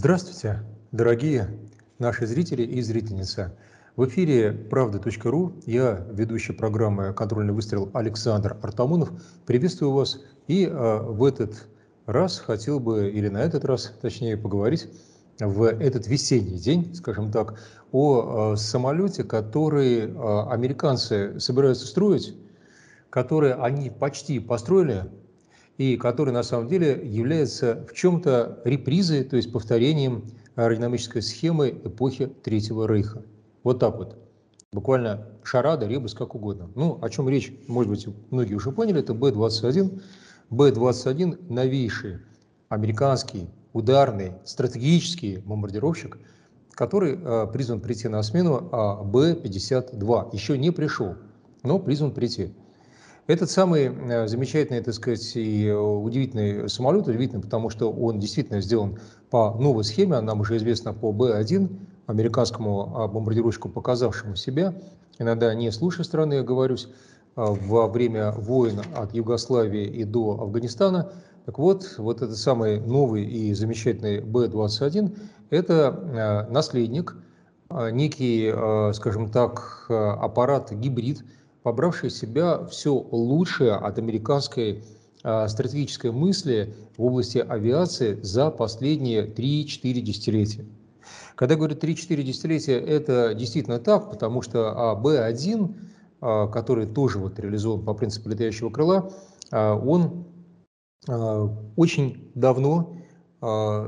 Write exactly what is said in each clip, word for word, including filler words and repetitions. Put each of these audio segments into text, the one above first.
Здравствуйте, дорогие наши зрители и зрительницы. В эфире правда точка ру. Я, ведущий программы «Контрольный выстрел» Александр Артамонов. Приветствую вас. И э, в этот раз хотел бы, или на этот раз, точнее, поговорить в этот весенний день, скажем так, о э, самолете, который э, американцы собираются строить, который они почти построили, и который на самом деле является в чем-то репризой, то есть повторением аэродинамической схемы эпохи Третьего Рейха. Вот так вот. Буквально шарада, ребус, как угодно. Ну, о чем речь, может быть, многие уже поняли, это Бэ двадцать один. Бэ двадцать один – новейший американский ударный стратегический бомбардировщик, который э, призван прийти на смену а, Бэ пятьдесят два. Еще не пришел, но призван прийти. Этот самый э, замечательный, так сказать, и удивительный самолет, удивительный, потому что он действительно сделан по новой схеме, нам уже известно по Бэ один, американскому а, бомбардировщику, показавшему себя, иногда не с лучшей стороны, я говорюсь, а, во время войн от Югославии и до Афганистана. Так вот, вот этот самый новый и замечательный Бэ двадцать один – это э, наследник, э, некий, э, скажем так, э, аппарат-гибрид, побравший в себя все лучшее от американской а, стратегической мысли в области авиации за последние три-четыре десятилетия. Когда говорю три-четыре десятилетия, это действительно так, потому что а, Бэ один, а, который тоже вот реализован по принципу летающего крыла, а, он а, очень давно, а,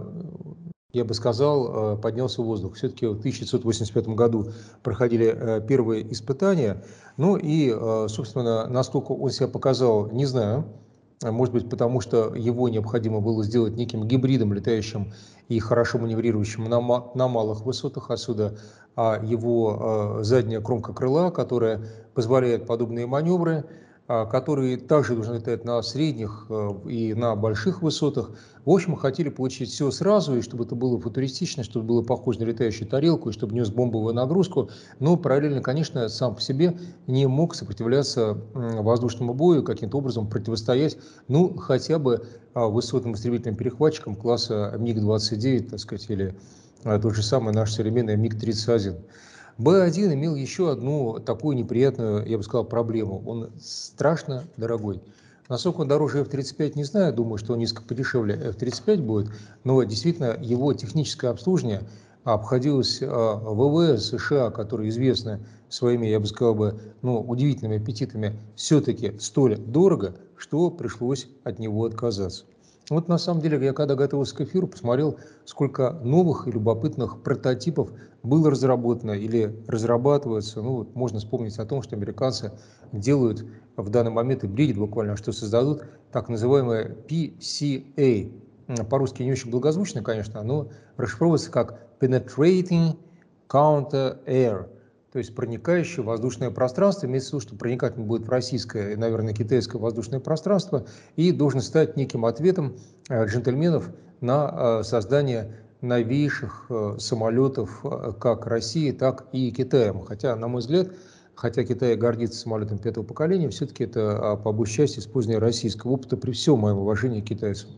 я бы сказал, поднялся в воздух. Все-таки в тысяча девятьсот восемьдесят пятом году проходили первые испытания. Ну и, собственно, насколько он себя показал, не знаю. Может быть, потому что его необходимо было сделать неким гибридом, летающим и хорошо маневрирующим на, на малых высотах. Отсюда а его задняя кромка крыла, которая позволяет подобные маневры, которые также должны летать на средних и на больших высотах. В общем, хотели получить все сразу, и чтобы это было футуристично, чтобы было похоже на летающую тарелку, и чтобы нес бомбовую нагрузку. Но параллельно, конечно, сам по себе не мог сопротивляться воздушному бою, каким-то образом противостоять, ну, хотя бы высотным истребительным перехватчикам класса Миг двадцать девять, так сказать, или тот же самый наш современный Миг тридцать один. Бэ один имел еще одну такую неприятную, я бы сказал, проблему. Он страшно дорогой. Насколько он дороже эф тридцать пять, не знаю. Думаю, что он несколько подешевле эф тридцать пять будет. Но действительно, его техническое обслуживание обходилось вэ вэ эс США, которые известны своими, я бы сказал, бы, ну, удивительными аппетитами, все-таки столь дорого, что пришлось от него отказаться. Вот на самом деле, я когда готовился к эфиру, посмотрел, сколько новых и любопытных прототипов было разработано или разрабатывается. Ну, вот можно вспомнить о том, что американцы делают в данный момент и бредят буквально, что создадут так называемое пи си эй. По-русски не очень благозвучно, конечно, но расшифровывается как Penetrating Counter Air. То есть проникающее воздушное пространство, имеется в виду, что проникать будет в российское и, наверное, китайское воздушное пространство, и должен стать неким ответом джентльменов на создание новейших самолетов как России, так и Китаем. Хотя, на мой взгляд, хотя Китай гордится самолетом пятого поколения, все-таки это, по большей части, использование российского опыта при всем моем уважении к китайцам.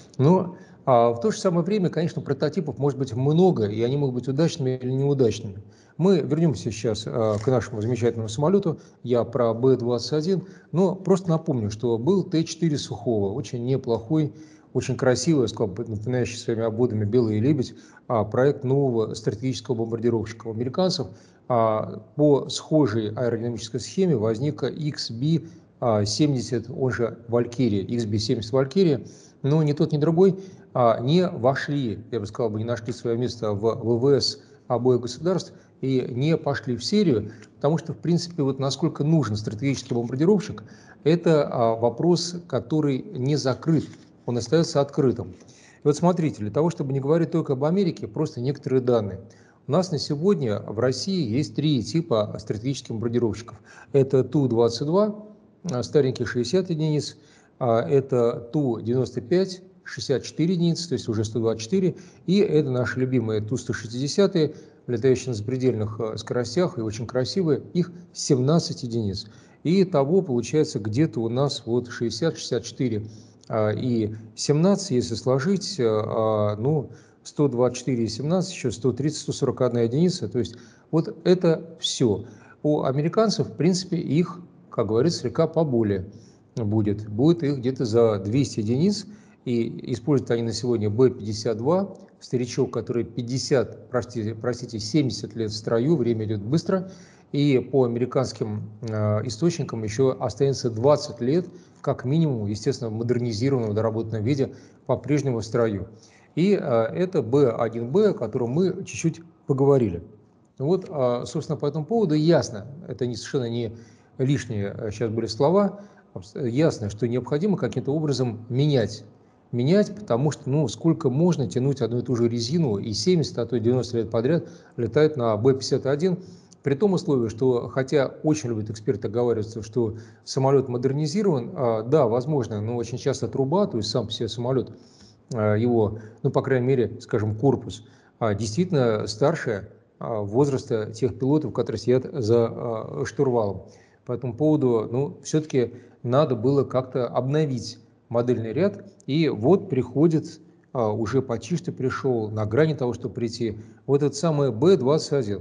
Но а в то же самое время, конечно, прототипов может быть много, и они могут быть удачными или неудачными. Мы вернемся сейчас а, к нашему замечательному самолету. Я про Бэ двадцать один, но просто напомню, что был Тэ четыре Сухого, очень неплохой, очень красивый, я сказал, напоминающий своими обводами «Белый лебедь», а, проект нового стратегического бомбардировщика у американцев. А, по схожей аэродинамической схеме возник икс би семьдесят, он же Валькирия, икс би семьдесят Валькирия, но ни тот, ни другой а, не вошли, я бы сказал, бы, не нашли свое место в вэ вэ эс обоих государств и не пошли в серию, потому что, в принципе, вот насколько нужен стратегический бомбардировщик, это а, вопрос, который не закрыт, он остается открытым. И вот смотрите, для того, чтобы не говорить только об Америке, просто некоторые данные. У нас на сегодня в России есть три типа стратегических бомбардировщиков. Это Ту двадцать два, старенький шестьдесят единиц, это Ту девяносто пять, шестьдесят четыре единицы, то есть уже сто двадцать четыре, и это наши любимые Ту сто шестьдесят, летающие на запредельных скоростях и очень красивые, их семнадцать единиц. И того получается где-то у нас вот шестьдесят, шестьдесят четыре и семнадцать, если сложить, ну, сто двадцать четыре и семнадцать, еще сто тридцать — сто сорок одна единица. То есть вот это все. У американцев, в принципе, их, как говорится, слегка поболее будет. Будет их где-то за двести единиц. И используют они на сегодня Бэ пятьдесят два, старичок, который пятьдесят, простите, простите, семьдесят лет в строю, время идет быстро. И по американским э, источникам еще останется двадцать лет, как минимум, естественно, в модернизированном, доработанном виде, по-прежнему в строю. И э, это Бэ один Бэ, о котором мы чуть-чуть поговорили. Вот, э, собственно, по этому поводу ясно, это не, совершенно не лишние сейчас были слова, ясно, что необходимо каким-то образом менять. Менять, потому что, ну, сколько можно тянуть одну и ту же резину, и семьдесят, а то и девяносто лет подряд летает на Бэ пятьдесят один, при том условии, что, хотя очень любят эксперты оговариваться, что самолет модернизирован, а, да, возможно, но очень часто труба, то есть сам по себе самолет, а, его, ну, по крайней мере, скажем, корпус, а, действительно старше а, возраста тех пилотов, которые сидят за а, штурвалом. По этому поводу, ну, все-таки надо было как-то обновить модельный ряд, и вот приходит, а, уже почти что пришел, на грани того, чтобы прийти, вот этот самый Бэ двадцать один.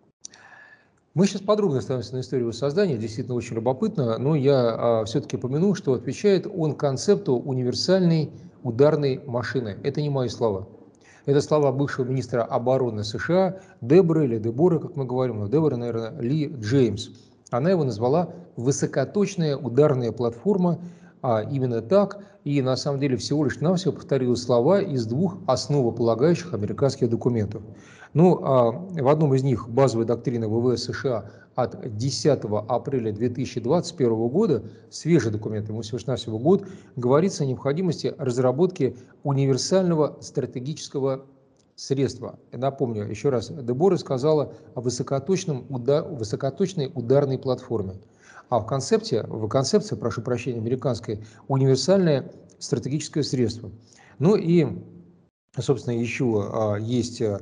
Мы сейчас подробно остановимся на истории его создания, действительно очень любопытно, но я а, все-таки помяну, что отвечает он концепту универсальной ударной машины. Это не мои слова. Это слова бывшего министра обороны США Деборы или Деборы, как мы говорим, но Дебора, наверное, Ли Джеймс. Она его назвала «высокоточная ударная платформа», а именно так, и на самом деле всего лишь навсего повторила слова из двух основополагающих американских документов. Ну, а в одном из них, базовая доктрина ВВС США от десятого апреля две тысячи двадцать первого года, свежий документ, ему всего лишь навсего год, говорится о необходимости разработки универсального стратегического средства. Я напомню, еще раз, Дебора сказала о высокоточном удар, высокоточной ударной платформе. А в концепте, в концепции, прошу прощения, американской, универсальное стратегическое средство. Ну и, собственно, еще а, есть а,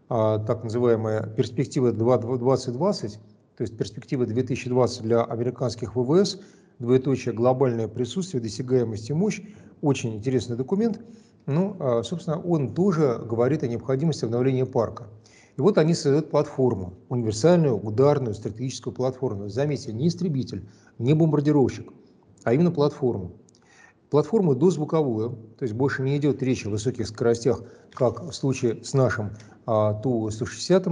так называемая перспектива двадцать двадцать, то есть перспектива две тысячи двадцать для американских ВВС, двоеточие глобальное присутствие, досягаемость и мощь. Очень интересный документ. Ну, а, собственно, он тоже говорит о необходимости обновления парка. И вот они создают платформу, универсальную ударную стратегическую платформу. Заметьте, не истребитель, не бомбардировщик, а именно платформу. Платформу дозвуковую, то есть больше не идет речь о высоких скоростях, как в случае с нашим а, Ту сто шестьдесят,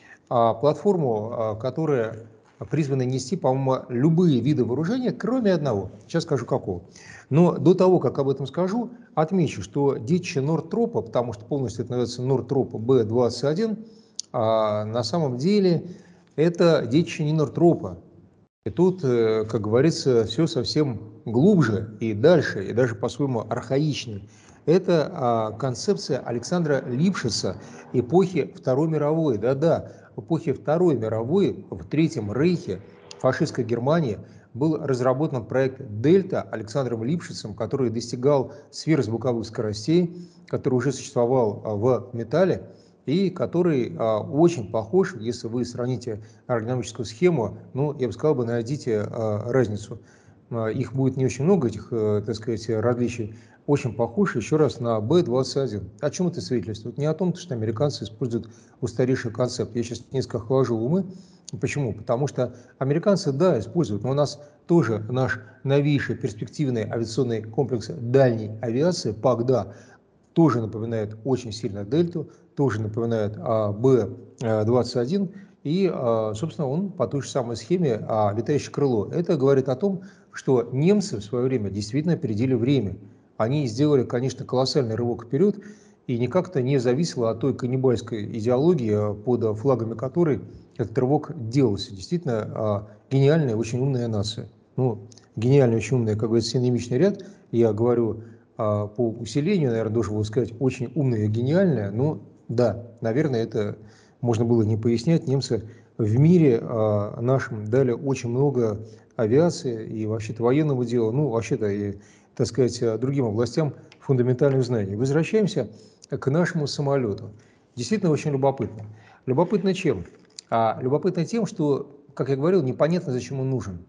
а платформу, а, которая призвана нести, по-моему, любые виды вооружения, кроме одного. Сейчас скажу какого. Но до того, как об этом скажу, отмечу, что детище Нортропа, потому что полностью это называется Нортропа Бэ двадцать один, а на самом деле это детище не Нортропа. И тут, как говорится, все совсем глубже и дальше, и даже по-своему архаичнее. Это а, концепция Александра Липшица эпохи Второй мировой. Да-да, в эпохе Второй мировой, в Третьем Рейхе, фашистской Германии, был разработан проект «Дельта» Александром Липшицем, который достигал сверхзвуковых скоростей, который уже существовал а, в металле, и который а, очень похож, если вы сравните аэродинамическую схему, ну, я бы сказал, бы, найдите а, разницу. А, их будет не очень много, этих, а, так сказать, различий. Очень похож, еще раз, на Бэ двадцать один. О чем это свидетельствует? Не о том, что американцы используют устаревший концепт. Я сейчас несколько охлажу умы. Почему? Потому что американцы, да, используют, но у нас тоже наш новейший перспективный авиационный комплекс дальней авиации, ПАК-да, тоже напоминает очень сильно Дельту, тоже напоминает а, Бэ двадцать один, и, а, собственно, он по той же самой схеме а, летающее крыло. Это говорит о том, что немцы в свое время действительно опередили время. Они сделали, конечно, колоссальный рывок вперед, и никак-то не зависело от той каннибальской идеологии, под флагами которой этот рывок делался. Действительно, а, гениальная, очень умная нация. Ну, гениальная, очень умная, как говорится, синонимичный ряд, я говорю по усилению, наверное, должен был сказать, очень умная и гениальная. Ну, да, наверное, это можно было не пояснять. Немцы в мире а, нашем дали очень много авиации и вообще-то военного дела, ну, вообще-то и, так сказать, другим областям фундаментальных знаний. Возвращаемся к нашему самолету. Действительно очень любопытно. Любопытно чем? А, любопытно тем, что, как я говорил, непонятно, зачем он нужен.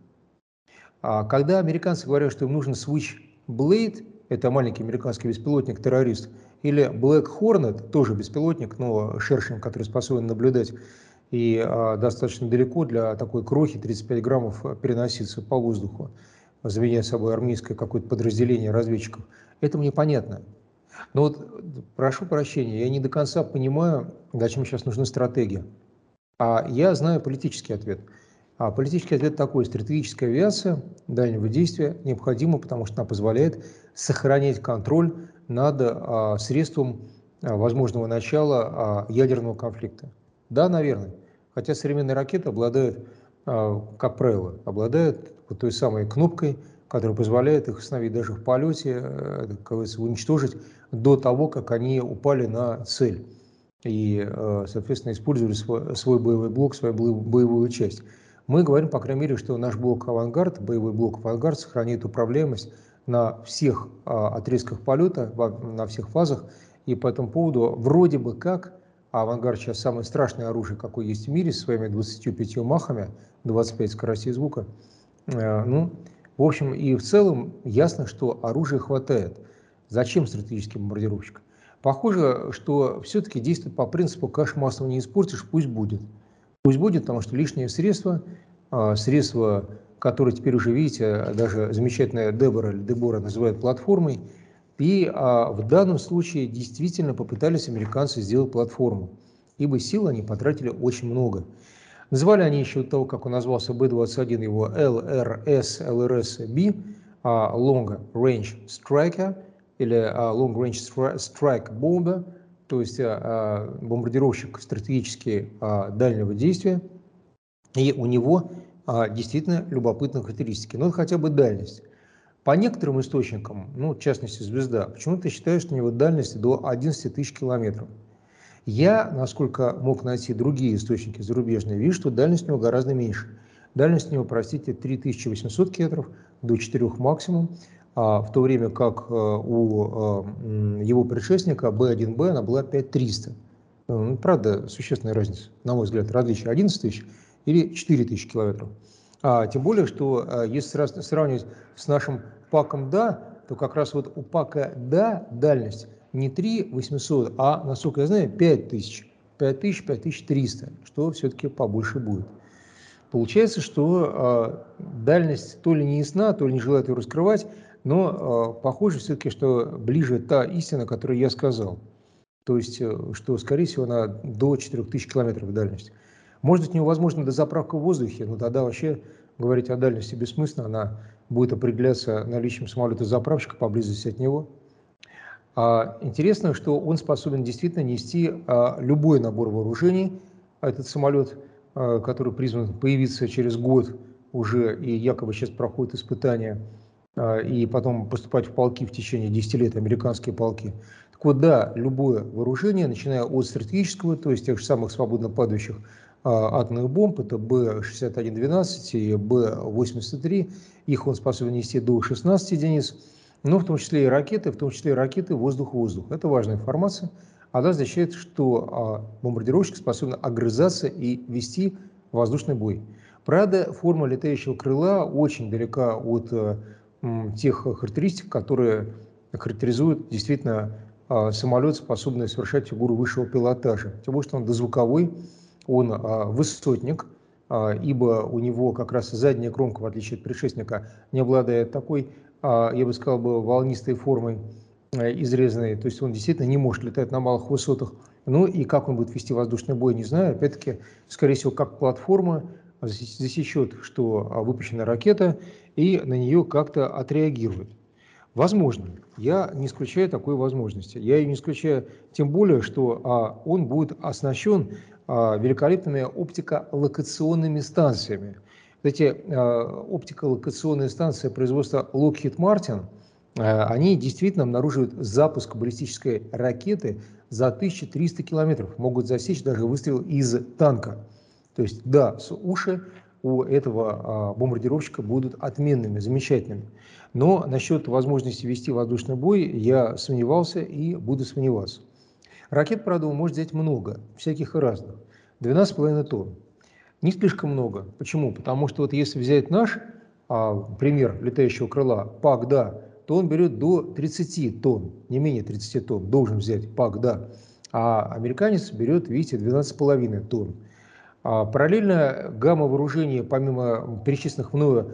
А, когда американцы говорят, что им нужен Switchblade, это маленький американский беспилотник-террорист, Или Black Hornet, тоже беспилотник, но шершень, который способен наблюдать и а, достаточно далеко для такой крохи тридцать пять граммов переноситься по воздуху, заменяя собой армейское какое-то подразделение разведчиков. Это мне понятно. Но вот прошу прощения, я не до конца понимаю, зачем сейчас нужна стратегия. А я знаю политический ответ. А политический ответ такой: стратегическая авиация дальнего действия необходима, потому что она позволяет сохранять контроль над а, средством а, возможного начала а, ядерного конфликта. Да, наверное. Хотя современные ракеты обладают, а, как правило, обладают вот той самой кнопкой, которая позволяет их остановить даже в полете, э, как говорится, уничтожить до того, как они упали на цель и, э, соответственно, использовали свой, свой боевой блок, свою боевую часть. Мы говорим, по крайней мере, что наш блок «Авангард», боевой блок «Авангард» сохраняет управляемость на всех а, отрезках полета, на всех фазах, и по этому поводу вроде бы как, а «Авангард» сейчас самое страшное оружие, какое есть в мире, со своими двадцатью пятью махами, двадцать пять скоростей звука. Э, ну, в общем и в целом ясно, что оружия хватает. Зачем стратегический бомбардировщик? Похоже, что все-таки действует по принципу «каш масло не испортишь, пусть будет». Пусть будет, потому что лишние средства, средства, которые теперь уже, видите, даже замечательная Дебора или Дебора называют платформой, и в данном случае действительно попытались американцы сделать платформу, ибо сил они потратили очень много. Называли они еще того, как он назвался, Бэ двадцать один, его эл эр эс, эл эр эс би, Long Range Striker, или Long Range Strike Bomber, то есть бомбардировщик стратегически дальнего действия, и у него действительно любопытные характеристики, но хотя бы дальность. По некоторым источникам, ну, в частности, «Звезда», почему-то считают, что у него дальность до одиннадцати тысяч километров. Я, насколько мог найти другие источники зарубежные, вижу, что дальность у него гораздо меньше. Дальность у него, простите, три тысячи восемьсот километров, до четырёх максимум, а в то время как у его предшественника Бэ один Бэ она была пять тысяч триста. Ну, правда, существенная разница, на мой взгляд, различие одиннадцать тысяч или четыре тысячи километров. А, тем более, что если сравнивать с нашим паком «Да», то как раз вот у пака «Да» дальность не три тысячи восемьсот, а, насколько я знаю, пять тысяч. пять тысяч, пять тысяч триста, что все-таки побольше будет. Получается, что э, дальность то ли не ясна, то ли не желает ее раскрывать, но э, похоже все-таки, что ближе та истина, которую я сказал. То есть, э, что, скорее всего, она до четырёх тысяч километров дальность. Может быть, невозможно до заправки в воздухе, но тогда вообще говорить о дальности бессмысленно, она будет определяться наличием самолета-заправщика поблизости от него. А интересно, что он способен действительно нести а, любой набор вооружений. Этот самолет, а, который призван появиться через год уже и якобы сейчас проходит испытания, а, и потом поступать в полки в течение десяти лет, американские полки. Так вот, да, любое вооружение, начиная от стратегического, то есть тех же самых свободно падающих а, атомных бомб, это Бэ шестьдесят один двенадцать и Бэ восемьдесят три, их он способен нести до шестнадцати единиц. Ну, в том числе и ракеты, в том числе и ракеты воздух-воздух. Это важная информация. Она означает, что а, бомбардировщик способен огрызаться и вести воздушный бой. Правда, форма летающего крыла очень далека от а, м, тех характеристик, которые характеризуют действительно а, самолет, способный совершать фигуру высшего пилотажа. Тем более, что он дозвуковой, он а, высотник, а, ибо у него как раз задняя кромка, в отличие от предшественника, не обладает такой, я бы сказал, бы, волнистой формой изрезанной, то есть он действительно не может летать на малых высотах. Ну и как он будет вести воздушный бой, не знаю. Опять-таки, скорее всего, как платформа засечет, что выпущена ракета, и на нее как-то отреагирует. Возможно, я не исключаю такой возможности. Я ее не исключаю, тем более, что а, он будет оснащен а, великолепными оптико-локационными станциями. Эти э, оптико-локационные станции производства Lockheed Martin, э, они действительно обнаруживают запуск баллистической ракеты за тысячу триста километров, могут засечь даже выстрел из танка. То есть, да, уши у этого э, бомбардировщика будут отменными, замечательными. Но насчет возможности вести воздушный бой я сомневался и буду сомневаться. Ракет, правда, он может взять много, всяких и разных, двенадцать с половиной тонн. Не слишком много. Почему? Потому что вот если взять наш а, пример летающего крыла, пак «Да», то он берет до тридцати тонн, не менее тридцати тонн, должен взять ПАК, да. А американец берет, видите, двенадцать с половиной тонн. А параллельно гамма вооружений, помимо перечисленных мною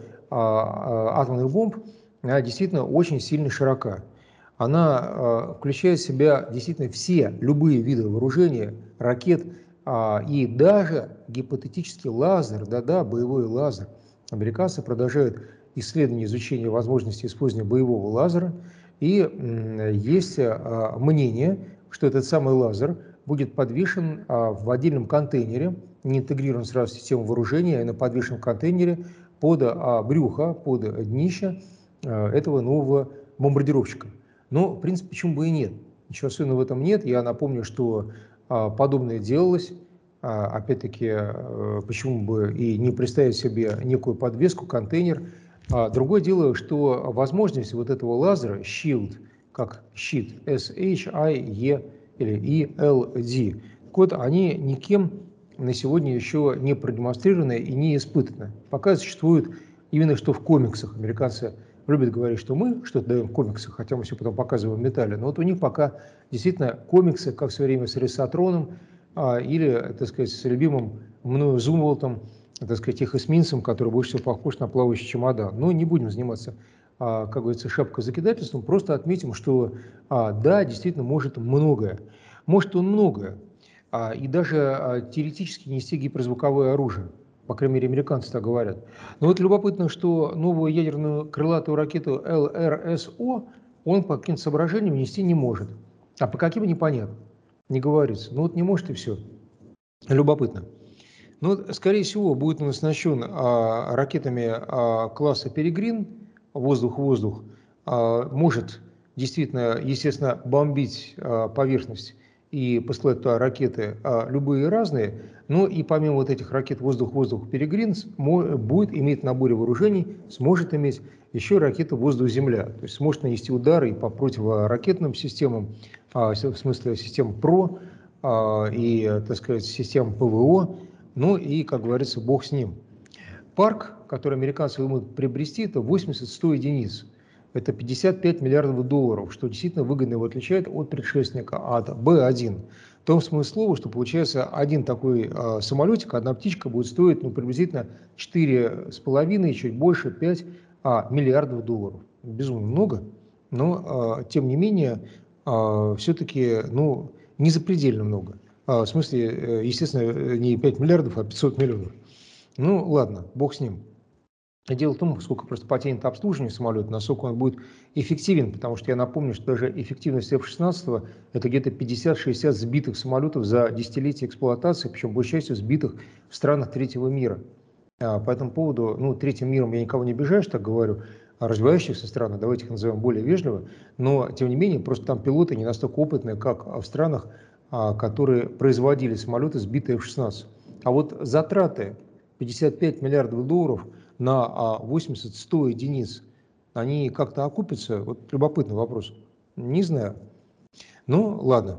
а, а, атомных бомб, она действительно очень сильно широка. Она а, включает в себя действительно все, любые виды вооружения, ракет а, и даже гипотетический лазер, да-да, боевой лазер. Американцы продолжают исследование, изучение возможности использования боевого лазера, и м, есть а, мнение, что этот самый лазер будет подвешен а, в отдельном контейнере, не интегрирован сразу в систему вооружения, а на подвешенном контейнере под а, брюхо, под днище а, этого нового бомбардировщика. Но, в принципе, почему бы и нет? Ничего особенного в этом нет. Я напомню, что а, подобное делалось. А, опять-таки, а, почему бы и не представить себе некую подвеску, контейнер. А, другое дело, что возможность вот этого лазера, shield, как щит, эс эйч ай и или и эл ди, вот они никем на сегодня еще не продемонстрированы и не испытаны. Пока существует именно что в комиксах. Американцы любят говорить, что мы что-то даем в комиксах, хотя мы все потом показываем в металле. Но вот у них пока действительно комиксы, как в свое время с Ресатроном а, или, так сказать, с любимым мною Зумволтом, так сказать, их эсминцем, который больше всего похож на плавающий чемодан. Но не будем заниматься, а, как говорится, шапкозакидательством, просто отметим, что а, да, действительно может многое. Может он многое. А, и даже а, теоретически нести гиперзвуковое оружие. По крайней мере, американцы так говорят. Но вот любопытно, что новую ядерную крылатую ракету эл эр эс о он по каким-то соображениям нести не может. А по каким непонятно. Не говорится. Ну вот не может и все. Любопытно. Ну, вот, скорее всего, будет он оснащен а, ракетами а, класса «Перегрин», воздух-воздух, а, может действительно, естественно, бомбить а, поверхность и посылать туда ракеты а, любые разные, но и помимо вот этих ракет «Воздух-воздух», «Перегрин» будет иметь в наборе вооружений, сможет иметь еще ракеты «Воздух-Земля», то есть сможет нанести удары и по противоракетным системам, а, в смысле систем ПРО а, и, так сказать, систем ПВО. Ну и, как говорится, бог с ним. Парк, который американцы думают приобрести, это восемьдесят-сто единиц. Это пятьдесят пять миллиардов долларов, что действительно выгодно его отличает от предшественника, от бэ один. В том смысле слова, что получается один такой э, самолетик, одна птичка будет стоить ну, приблизительно четыре с половиной, чуть больше, пять а, миллиардов долларов. Безумно много, но э, тем не менее э, все-таки ну, не запредельно много. А, в смысле, естественно, не пять миллиардов, а пятьсот миллионов. Ну, ладно, бог с ним. Дело в том, сколько просто потянет обслуживание самолета, насколько он будет эффективен, потому что я напомню, что даже эффективность эф шестнадцать это где-то пятьдесят-шестьдесят сбитых самолетов за десятилетие эксплуатации, причем большей частью сбитых в странах третьего мира. А, по этому поводу, ну, третьим миром я никого не обижаю, так говорю, а развивающихся стран, давайте их назовем более вежливо, но, тем не менее, просто там пилоты не настолько опытные, как в странах, а, которые производили самолеты, сбитые эф шестнадцать. А вот затраты пятьдесят пять миллиардов долларов на восемьдесят-сто единиц, они как-то окупятся? Вот любопытный вопрос. Не знаю. Ну, ладно.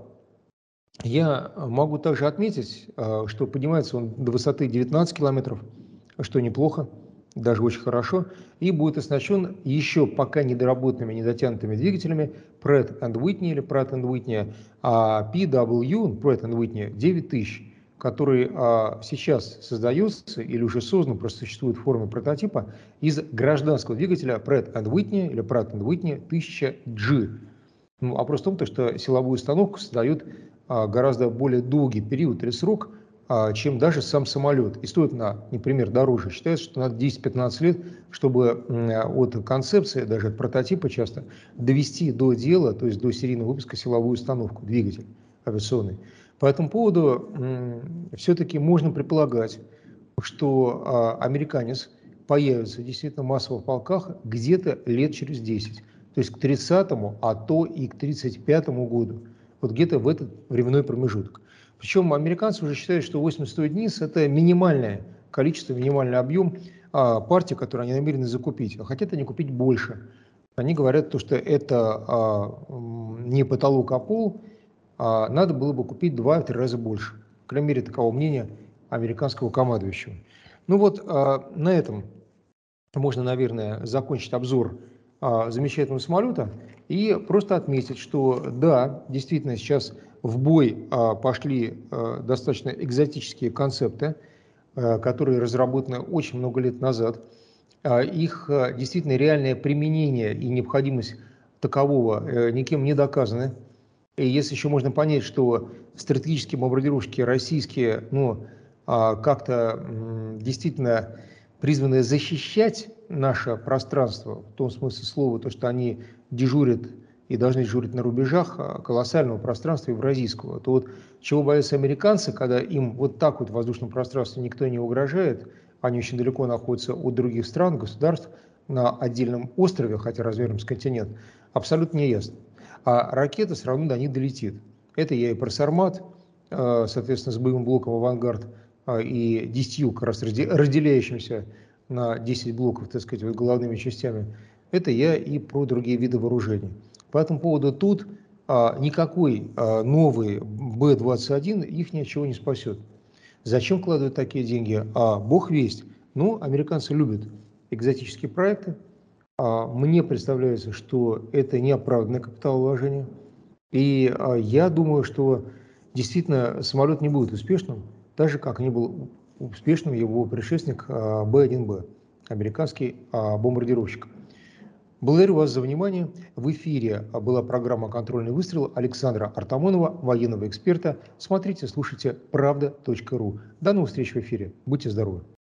Я могу также отметить, что поднимается он до высоты девятнадцать километров, что неплохо, даже очень хорошо, и будет оснащен еще пока недоработанными, недотянутыми двигателями Pratt энд Whitney или Pratt энд Whitney, а пи дабл ю, Pratt энд Whitney девять тысяч, который а, сейчас создается или уже создан, просто существует в форме прототипа, из гражданского двигателя Pratt энд Whitney или Pratt энд Whitney тысяча джи. Ну, вопрос в том, что силовую установку создают а, гораздо более долгий период или срок, а, чем даже сам самолет. И стоит она, например, дороже. Считается, что надо десять-пятнадцать лет, чтобы м, от концепции, даже от прототипа часто, довести до дела, то есть до серийного выпуска силовую установку, двигатель авиационный. По этому поводу все-таки можно предполагать, что а, американец появится действительно массово в полках где-то лет через десять. То есть к тридцатому, а то и к тридцать пятому году. Вот где-то в этот временной промежуток. Причем американцы уже считают, что восемьдесят единиц – это минимальное количество, минимальный объем а, партий, которые они намерены закупить. А хотят они купить больше. Они говорят, то, что это а, не потолок, а пол. А надо было бы купить два-три раза больше. По крайней мере, таково мнение американского командующего. Ну вот, а, на этом можно, наверное, закончить обзор а, замечательного самолета и просто отметить, что да, действительно сейчас в бой а, пошли а, достаточно экзотические концепты, а, которые разработаны очень много лет назад. А, их а, действительно реальное применение и необходимость такового э, никем не доказаны. И если еще можно понять, что стратегические бомбардировщики российские, ну, а, как-то м, действительно призваны защищать наше пространство, в том смысле слова, то, что они дежурят и должны дежурить на рубежах а, колоссального пространства евразийского, то вот чего боятся американцы, когда им вот так вот в воздушном пространстве никто не угрожает, они очень далеко находятся от других стран, государств, на отдельном острове, хотя размером с континент, абсолютно не ясно. А ракета все равно до них долетит. Это я и про «Сармат», э, соответственно, с боевым блоком «Авангард» а, и десятью как раз разде- разделяющимся на десять блоков, так сказать, вот головными частями. Это я и про другие виды вооружений. По этому поводу тут а, никакой а, новый Б двадцать один их ни от чего не спасет. Зачем вкладывать такие деньги? А бог весть. Ну, американцы любят экзотические проекты. А, мне представляется, что это неоправданное капиталовложение. И а, я думаю, что действительно самолет не будет успешным, так же, как не был успешным его предшественник а, Б один Б, американский а, бомбардировщик. Благодарю вас за внимание. В эфире была программа «Контрольный выстрел» Александра Артамонова, военного эксперта. Смотрите, слушайте правда точка ру. До новых встреч в эфире. Будьте здоровы.